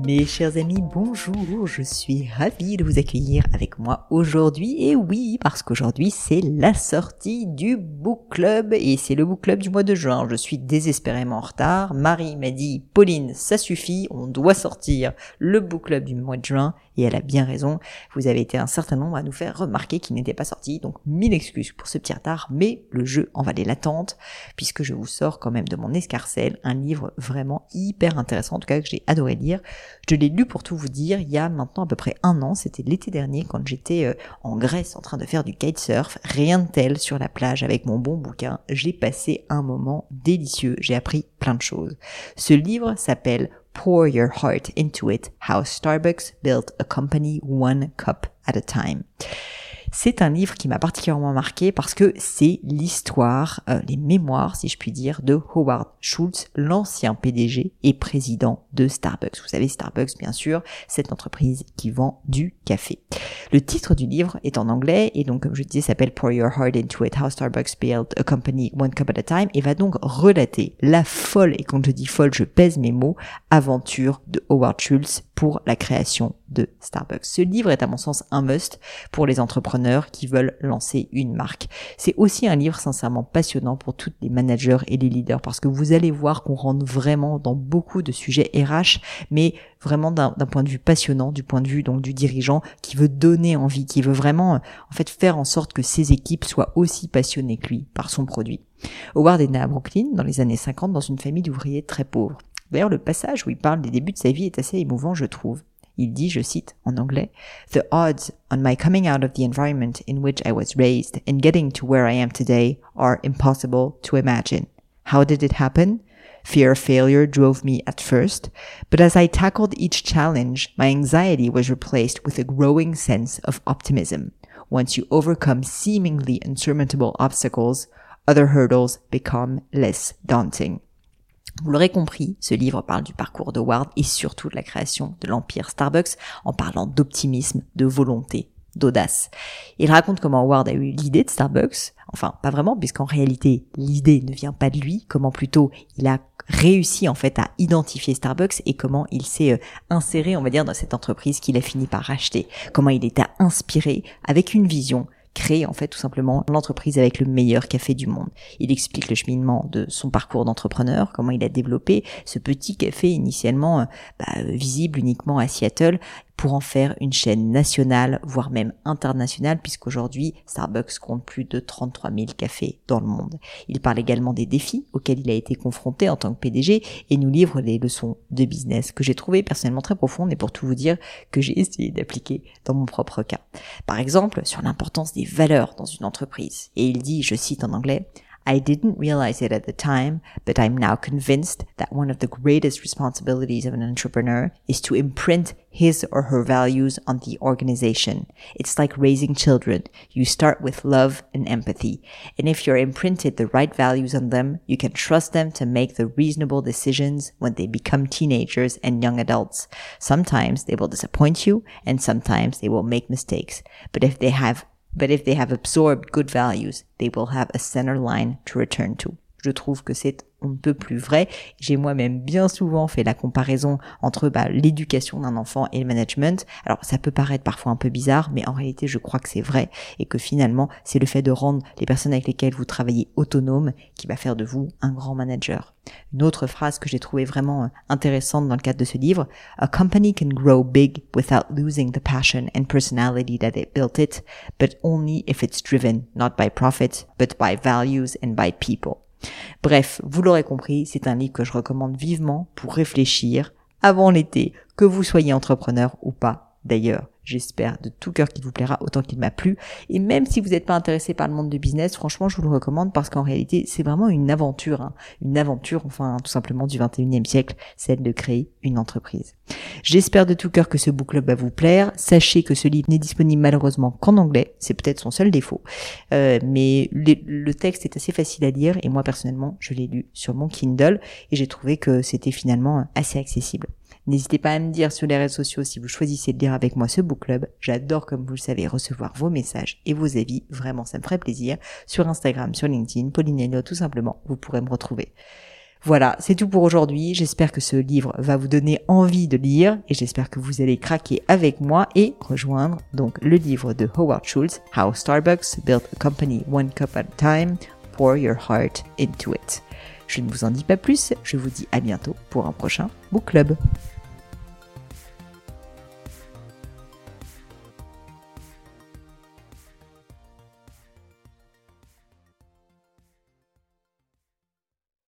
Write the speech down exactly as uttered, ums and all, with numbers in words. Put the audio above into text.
Mes chers amis, bonjour, je suis ravie de vous accueillir avec moi aujourd'hui, et oui, parce qu'aujourd'hui c'est la sortie du book club, et c'est le book club du mois de juin. Je suis désespérément en retard, Marie m'a dit, Pauline, ça suffit, on doit sortir le book club du mois de juin, et elle a bien raison, vous avez été un certain nombre à nous faire remarquer qu'il n'était pas sorti, donc mille excuses pour ce petit retard, mais le jeu en valait l'attente, puisque je vous sors quand même de mon escarcelle un livre vraiment hyper intéressant, en tout cas que j'ai adoré lire. Je l'ai lu pour tout vous dire il y a maintenant à peu près un an, c'était l'été dernier quand j'étais euh, en Grèce en train de faire du kitesurf, rien de tel sur la plage avec mon bon bouquin, j'ai passé un moment délicieux, j'ai appris plein de choses. Ce livre s'appelle Pour Your Heart Into It, How Starbucks Built a Company One Cup at a Time. C'est un livre qui m'a particulièrement marqué parce que c'est l'histoire, euh, les mémoires, si je puis dire, de Howard Schultz, l'ancien P D G et président de Starbucks. Vous savez, Starbucks, bien sûr, cette entreprise qui vend du café. Le titre du livre est en anglais et donc, comme je disais, s'appelle Pour Your Heart Into It, How Starbucks Built a Company One Cup at a Time et va donc relater la folle, et quand je dis folle, je pèse mes mots, aventure de Howard Schultz pour la création de Starbucks. Ce livre est à mon sens un must pour les entrepreneurs qui veulent lancer une marque. C'est aussi un livre sincèrement passionnant pour tous les managers et les leaders parce que vous allez voir qu'on rentre vraiment dans beaucoup de sujets R H, mais vraiment d'un, d'un point de vue passionnant, du point de vue donc du dirigeant qui veut donner envie, qui veut vraiment en fait faire en sorte que ses équipes soient aussi passionnées que lui par son produit. Howard est né à Brooklyn dans les années cinquante dans une famille d'ouvriers très pauvres. D'ailleurs, le passage où il parle des débuts de sa vie est assez émouvant, je trouve. Il dit, je cite en anglais, « The odds on my coming out of the environment in which I was raised and getting to where I am today are impossible to imagine. How did it happen? Fear of failure drove me at first, but as I tackled each challenge, my anxiety was replaced with a growing sense of optimism. Once you overcome seemingly insurmountable obstacles, other hurdles become less daunting. » Vous l'aurez compris, ce livre parle du parcours de Howard et surtout de la création de l'empire Starbucks en parlant d'optimisme, de volonté, d'audace. Il raconte comment Howard a eu l'idée de Starbucks, enfin pas vraiment puisqu'en réalité l'idée ne vient pas de lui, comment plutôt il a réussi en fait à identifier Starbucks et comment il s'est euh, inséré on va dire dans cette entreprise qu'il a fini par racheter, comment il était inspiré avec une vision, créer en fait tout simplement l'entreprise avec le meilleur café du monde. Il explique le cheminement de son parcours d'entrepreneur, comment il a développé ce petit café initialement bah, visible uniquement à Seattle pour en faire une chaîne nationale, voire même internationale, puisqu'aujourd'hui, Starbucks compte plus de trente-trois mille cafés dans le monde. Il parle également des défis auxquels il a été confronté en tant que P D G et nous livre les leçons de business que j'ai trouvées personnellement très profondes et pour tout vous dire que j'ai essayé d'appliquer dans mon propre cas. Par exemple, sur l'importance des valeurs dans une entreprise. Et il dit, je cite en anglais, I didn't realize it at the time, but I'm now convinced that one of the greatest responsibilities of an entrepreneur is to imprint his or her values on the organization. It's like raising children. You start with love and empathy. And if you're imprinted the right values on them, you can trust them to make the reasonable decisions when they become teenagers and young adults. Sometimes they will disappoint you, and sometimes they will make mistakes. But if they have But if they have absorbed good values, they will have a center line to return to. Je trouve que c'est on ne peut plus vrai. J'ai moi-même bien souvent fait la comparaison entre bah, l'éducation d'un enfant et le management. Alors ça peut paraître parfois un peu bizarre, mais en réalité je crois que c'est vrai et que finalement c'est le fait de rendre les personnes avec lesquelles vous travaillez autonomes qui va faire de vous un grand manager. Une autre phrase que j'ai trouvée vraiment intéressante dans le cadre de ce livre, A company can grow big without losing the passion and personality that it built it, but only if it's driven not by profit, but by values and by people. Bref, vous l'aurez compris, c'est un livre que je recommande vivement pour réfléchir avant l'été, que vous soyez entrepreneur ou pas. D'ailleurs, j'espère de tout cœur qu'il vous plaira autant qu'il m'a plu. Et même si vous n'êtes pas intéressé par le monde de business, franchement, je vous le recommande parce qu'en réalité, c'est vraiment une aventure. Hein. Une aventure, enfin, tout simplement du vingt et unième siècle, celle de créer une entreprise. J'espère de tout cœur que ce book club va vous plaire. Sachez que ce livre n'est disponible malheureusement qu'en anglais. C'est peut-être son seul défaut. Euh, mais le, le texte est assez facile à lire et moi, personnellement, je l'ai lu sur mon Kindle et j'ai trouvé que c'était finalement assez accessible. N'hésitez pas à me dire sur les réseaux sociaux si vous choisissez de lire avec moi ce book club. J'adore, comme vous le savez, recevoir vos messages et vos avis. Vraiment, ça me ferait plaisir. Sur Instagram, sur LinkedIn, Pauline Elliott, tout simplement, vous pourrez me retrouver. Voilà, c'est tout pour aujourd'hui. J'espère que ce livre va vous donner envie de lire et j'espère que vous allez craquer avec moi et rejoindre donc le livre de Howard Schultz, How Starbucks Built a Company One Cup at a Time. Pour your heart into it. Je ne vous en dis pas plus, je vous dis à bientôt pour un prochain book club.